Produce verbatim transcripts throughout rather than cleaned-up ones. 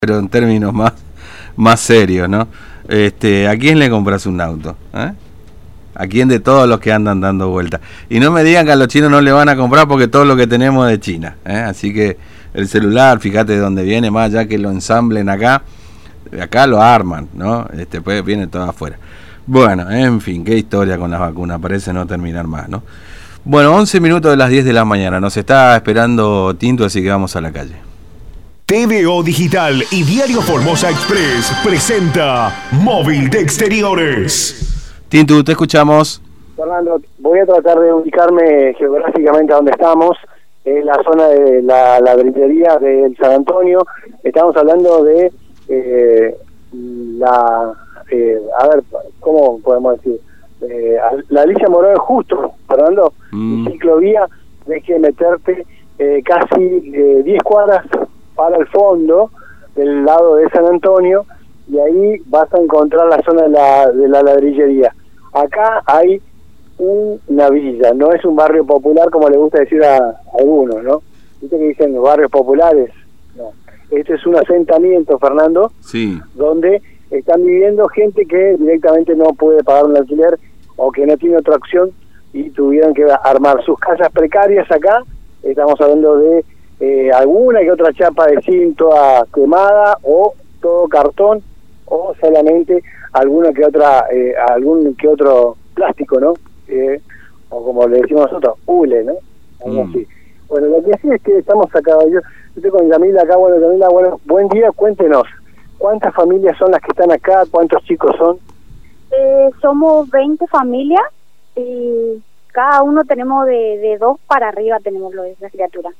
pero en términos más, más serios, ¿no? Este, ¿a quién le compras un auto? ¿Eh? ¿A quién de todos los que andan dando vueltas? Y no me digan que a los chinos no le van a comprar porque todo lo que tenemos es de China, ¿eh? Así que el celular, fíjate de dónde viene, más allá que lo ensamblen acá, acá lo arman, ¿no? Este, pues viene todo afuera. Bueno, en fin, qué historia con las vacunas, parece no terminar más, ¿no? Bueno, once minutos de las diez de la mañana, nos está esperando Tinto, así que vamos a la calle. T V O Digital y Diario Formosa Express presenta Móvil de Exteriores. Tinto, te escuchamos. Fernando, voy a tratar de ubicarme geográficamente a donde estamos, en la zona de la ladrillería del San Antonio. Estamos hablando de eh, la, eh, a ver, ¿cómo podemos decir? Eh, la Alicia Morón Justo, Fernando, mm. ciclovía, de que meterte eh, casi eh, diez cuadras para el fondo del lado de San Antonio, y ahí vas a encontrar la zona de la, de la ladrillería. Acá hay una villa, no es un barrio popular como le gusta decir a, a algunos, ¿no? ¿Viste que dicen los barrios populares? No. Este es un asentamiento, Fernando, sí, donde están viviendo gente que directamente no puede pagar un alquiler o que no tiene otra opción y tuvieron que armar sus casas precarias acá. Estamos hablando de eh, alguna que otra chapa de zinc toda quemada, o todo cartón, o solamente alguna que otra eh, algún que otro plástico, ¿no? Eh, o como le decimos nosotros, hule, ¿no? Algo mm. así. Bueno, lo que sí es que estamos acá, yo estoy con Yamila acá. Bueno, Yamila, bueno, buen día, cuéntenos, ¿cuántas familias son las que están acá? ¿Cuántos chicos son? Eh, somos veinte familias y cada uno tenemos de, de dos para arriba, tenemos lo de la criatura.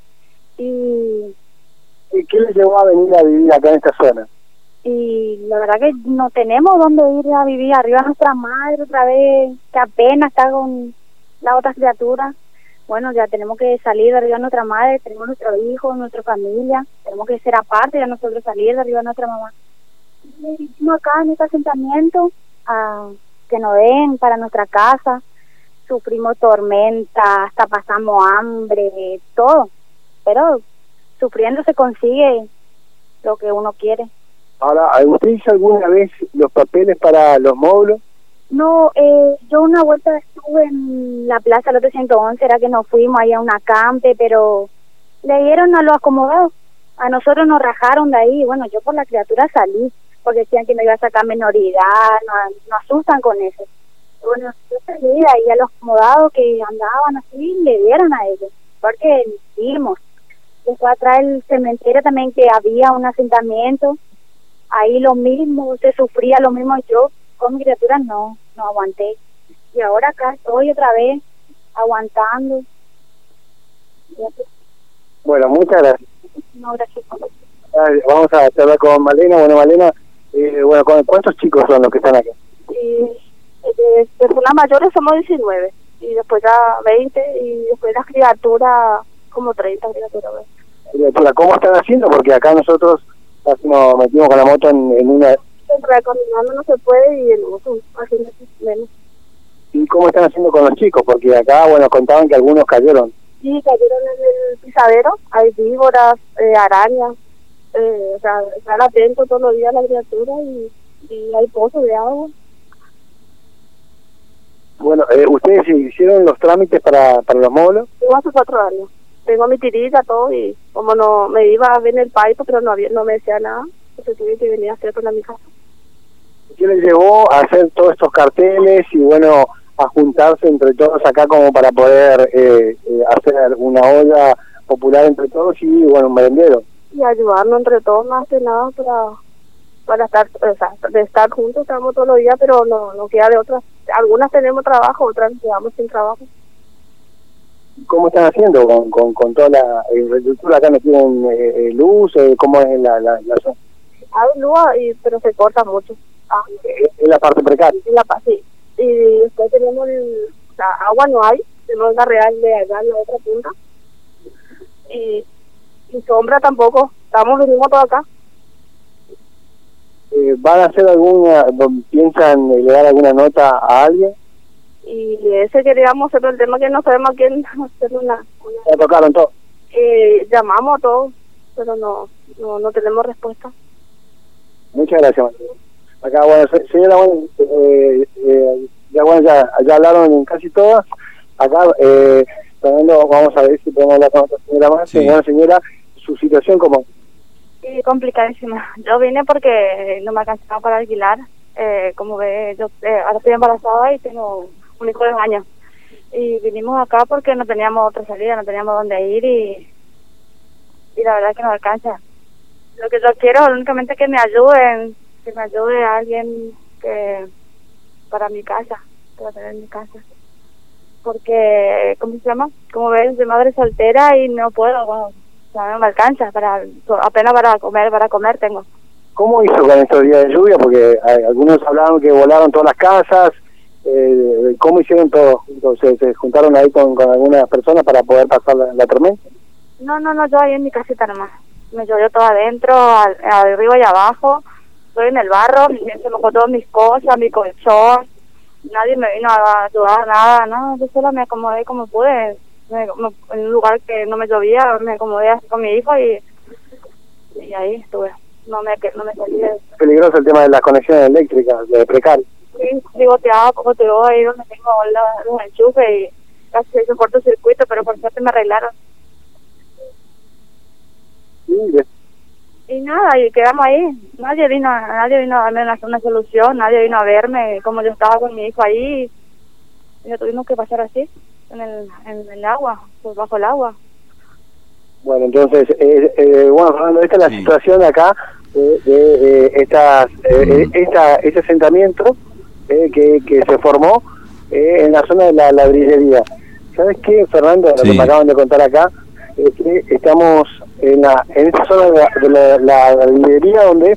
Y ¿Y qué les llevó a venir a vivir acá en esta zona? Y la verdad que no tenemos dónde ir a vivir, arriba nuestra madre otra vez, que apenas está con la otra criatura. Bueno, ya tenemos que salir de arriba de nuestra madre, tenemos nuestros hijos, nuestra familia, tenemos que ser aparte de nosotros, salir de arriba de nuestra mamá. Y vivimos acá en este asentamiento, a que nos den para nuestra casa, sufrimos tormenta, hasta pasamos hambre, todo, pero sufriendo se consigue lo que uno quiere. Ahora, ¿usted hizo alguna vez los papeles para los módulos? No, eh, yo una vuelta estuve en la plaza del ciento once, era que nos fuimos ahí a un acampe, pero le dieron a los acomodados. A nosotros nos rajaron de ahí. Bueno, yo por la criatura salí, porque decían que me iba a sacar menoridad, nos, nos asustan con eso. Bueno, yo salí de ahí a los acomodados que andaban así, le dieron a ellos, porque vimos. Después atrás el cementerio también, que había un asentamiento, ahí lo mismo, se sufría lo mismo. Yo con mi criatura no, no aguanté. Y ahora acá estoy otra vez, aguantando. Bueno, muchas gracias. No, gracias. Vamos a hablar con Malena. Bueno, Malena, eh, bueno, ¿cuántos chicos son los que están acá? Y de personas mayores somos diecinueve, y después ya veinte, y después las criaturas como treinta criaturas. Criatura, ¿cómo están haciendo? Porque acá nosotros casi nos metimos con la moto en, en una... Caminando no se puede, y el moto haciendo menos. ¿Y cómo están haciendo con los chicos? Porque acá, bueno, contaban que algunos cayeron. Sí, cayeron en el pisadero, hay víboras, eh, arañas, eh, o sea, estar atento todos los días a la criatura, y, y hay pozos de agua. Bueno, eh, ¿ustedes hicieron los trámites para, para los módulos? Yo hace cuatro años. Tengo mi tirita, todo, y como no me iba a ver el paito, pero no había, no me decía nada, entonces tuve que venir a hacer por la mi casa. ¿Qué les llevó a hacer todos estos carteles y, bueno, a juntarse entre todos acá como para poder eh, eh, hacer una olla popular entre todos y, bueno, un merendero? Y ayudarnos entre todos, más que nada, para para estar, o sea, de estar juntos, estamos todos los días, pero no, no queda de otras. Algunas tenemos trabajo, otras quedamos sin trabajo. ¿Cómo están haciendo con, con, con toda la infraestructura acá? ¿No tienen eh, luz? Eh, ¿Cómo es la, la, la zona? Hay luz, y, pero se corta mucho. Ah, ¿Es la parte precaria? En la sí. Y después tenemos, el, o sea, agua no hay, tenemos la real de allá en la otra punta. Y, y sombra tampoco, estamos venimos todo acá. Eh, ¿Van a hacer alguna, piensan le dar alguna nota a alguien? Y ese queríamos hacer, el tema que no sabemos a quién hacer una... una ¿Ya tocaron todo? Eh, llamamos a todos, pero no, no, no tenemos respuesta. Muchas gracias, Manuel. Acá, bueno, señora, bueno, eh, eh, ya, bueno, ya, ya hablaron en casi todas. Acá, eh, Fernando, vamos a ver si podemos hablar con otra señora más. Sí. Bueno, señora, su situación como... Sí, complicadísima. Yo vine porque no me alcanzaba para alquilar. Eh, como ve, yo eh, ahora estoy embarazada y tengo un hijo de dos años. Y vinimos acá porque no teníamos otra salida, no teníamos dónde ir y, y la verdad que no alcanza. Lo que yo quiero es únicamente que me ayuden, que me ayude a alguien que para mi casa, para tener mi casa. Porque, ¿cómo se llama? Como ves, soy madre soltera y no puedo, bueno, o sea, no me alcanza, para apenas para comer, para comer tengo. ¿Cómo hizo con estos días de lluvia? Porque hay, algunos hablaron que volaron todas las casas. Eh, ¿Cómo hicieron todo? Entonces, ¿se juntaron ahí con, con algunas personas para poder pasar la, la tormenta? No, no, no, yo ahí en mi casita nomás. Me llovió todo adentro, al, arriba y abajo. Estoy en el barro, se mojó todas mis cosas, mi colchón. Nadie me vino a ayudar, nada, no. Yo solo me acomodé como pude. Me, me, en un lugar que no me llovía, me acomodé así con mi hijo y, y ahí estuve. No me, no me salí de... Es peligroso el tema de las conexiones eléctricas, de precario. Sí, digoteado, como te digo, ahí donde tengo la, los enchufes y casi se hizo un cortocircuito, pero por suerte me arreglaron. Sí, de... Y nada, y quedamos ahí. Nadie vino, nadie vino a darme una, una solución, nadie vino a verme como yo estaba con mi hijo ahí. Y lo tuvimos que pasar así, en el, en el agua, pues bajo el agua. Bueno, entonces, eh, eh, bueno, Fernando, esta es la Sí. situación acá de, de eh, estas, eh, Mm. esta, este asentamiento eh, que, que se formó eh, en la zona de la ladrillería. ¿Sabes qué, Fernando? Lo Sí. que me acaban de contar acá es que estamos en, la, en esta zona de la, de la, la ladrillería donde,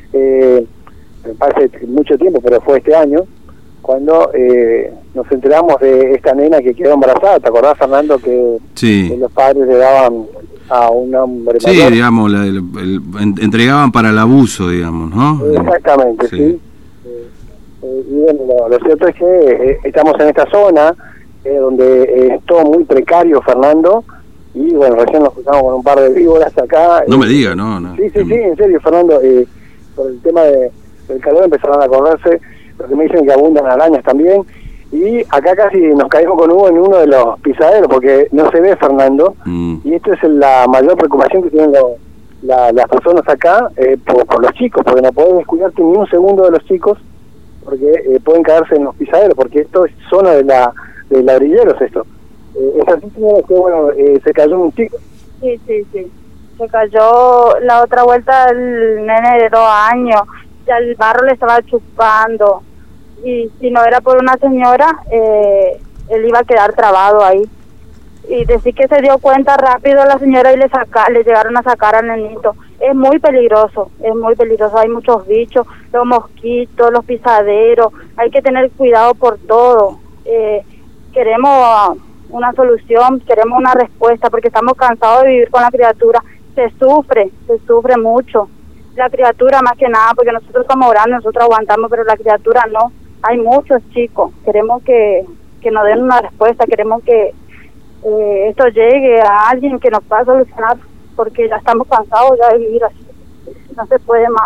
eh, me parece mucho tiempo, pero fue este año, cuando eh, nos enteramos de esta nena que quedó embarazada. ¿Te acordás, Fernando, que, Sí. que los padres le daban a un hombre Sí, mayor? digamos, la- el- el- en- entregaban para el abuso, digamos, ¿no? Exactamente, sí. Sí. Eh, eh, y bueno, lo, lo cierto es que eh, estamos en esta zona eh, donde eh, es todo muy precario, Fernando, y bueno, recién nos cruzamos con un par de víboras acá. No eh, me diga, no, no. Sí, sí, sí, en serio, Fernando, eh, por el tema de, del calor empezaron a correrse, porque me dicen que abundan arañas también, y acá casi nos caímos con Hugo en uno de los pisaderos, porque no se ve, Fernando, Mm. y esto es la mayor preocupación que tienen los, la, las personas acá eh, por, por los chicos, porque no podés descuidarte ni un segundo de los chicos, porque eh, pueden caerse en los pisaderos, porque esto es zona de la de ladrilleros esto. Eh, es así, señora, que bueno, eh, se cayó un chico. Sí, sí, sí. Se cayó la otra vuelta el nene de dos años, ya el barro le estaba chupando. Y si no era por una señora, eh, él iba a quedar trabado ahí. Y decir que se dio cuenta rápido la señora y le saca, le llegaron a sacar al nenito. Es muy peligroso, es muy peligroso. Hay muchos bichos, los mosquitos, los pisaderos. Hay que tener cuidado por todo. Eh, queremos una solución, queremos una respuesta, porque estamos cansados de vivir con la criatura. Se sufre, se sufre mucho. La criatura más que nada, porque nosotros somos grandes, nosotros aguantamos, pero la criatura no. Hay muchos chicos. Queremos que, que nos den una respuesta, queremos que eh, esto llegue a alguien que nos pueda solucionar, porque ya estamos cansados ya de vivir así. No se puede más.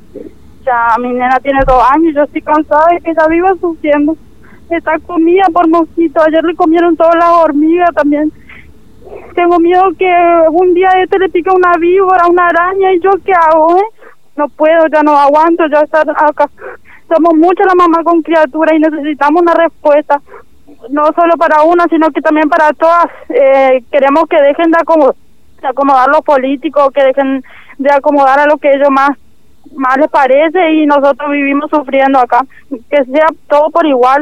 Ya mi nena tiene dos años, yo estoy cansada de que ella viva sufriendo. Está comida por mosquitos, ayer le comieron todas las hormigas también. Tengo miedo que un día este le pique una víbora, una araña, y yo qué hago, ¿eh? No puedo, ya no aguanto, ya estar acá. Somos muchas las mamás con criaturas y necesitamos una respuesta, no solo para una, sino que también para todas. Eh, queremos que dejen de, acomod de acomodar los políticos, que dejen de acomodar a lo que ellos más, más les parece, y nosotros vivimos sufriendo acá. Que sea todo por igual.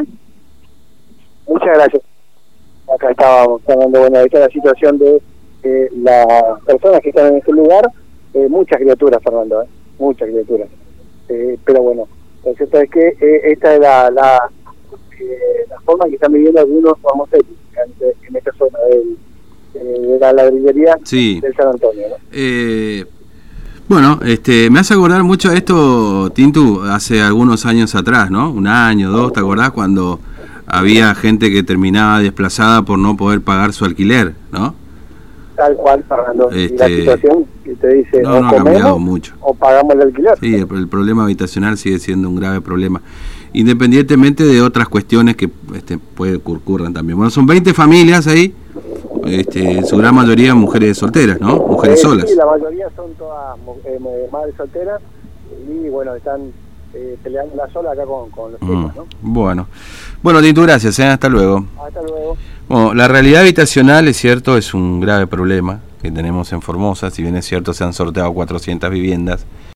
Muchas gracias. Acá estábamos hablando, bueno, esta es la situación de eh, las personas que están en este lugar, eh, muchas criaturas, Fernando, ¿eh? muchas criaturas. Eh, pero bueno, lo cierto es que eh, esta es la la, eh, la forma que están viviendo algunos famosos en, en esta zona del, eh, de la ladrillería Sí. del San Antonio, ¿no? Eh, bueno, este, me hace acordar mucho a esto, Tintu, hace algunos años atrás, ¿no? Un año, dos, ¿te acordás? Cuando había gente que terminaba desplazada por no poder pagar su alquiler, ¿no? Tal cual, Fernando. Este, y la situación que te dice, no, o no ha cambiado comemos mucho. o pagamos el alquiler. Sí, el, el problema habitacional sigue siendo un grave problema, independientemente de otras cuestiones que este, puede ocurran también. Bueno, son veinte familias ahí, este, en su gran mayoría mujeres solteras, ¿no? Mujeres eh, solas. Sí, la mayoría son todas eh, madres solteras y bueno, están eh, peleando la sola acá con, con los chicos, ¿no? Bueno, bueno, Tito, gracias, ¿eh? Hasta luego. Hasta luego. Bueno, la realidad habitacional, es cierto, es un grave problema que tenemos en Formosa. Si bien es cierto, se han sorteado cuatrocientas viviendas,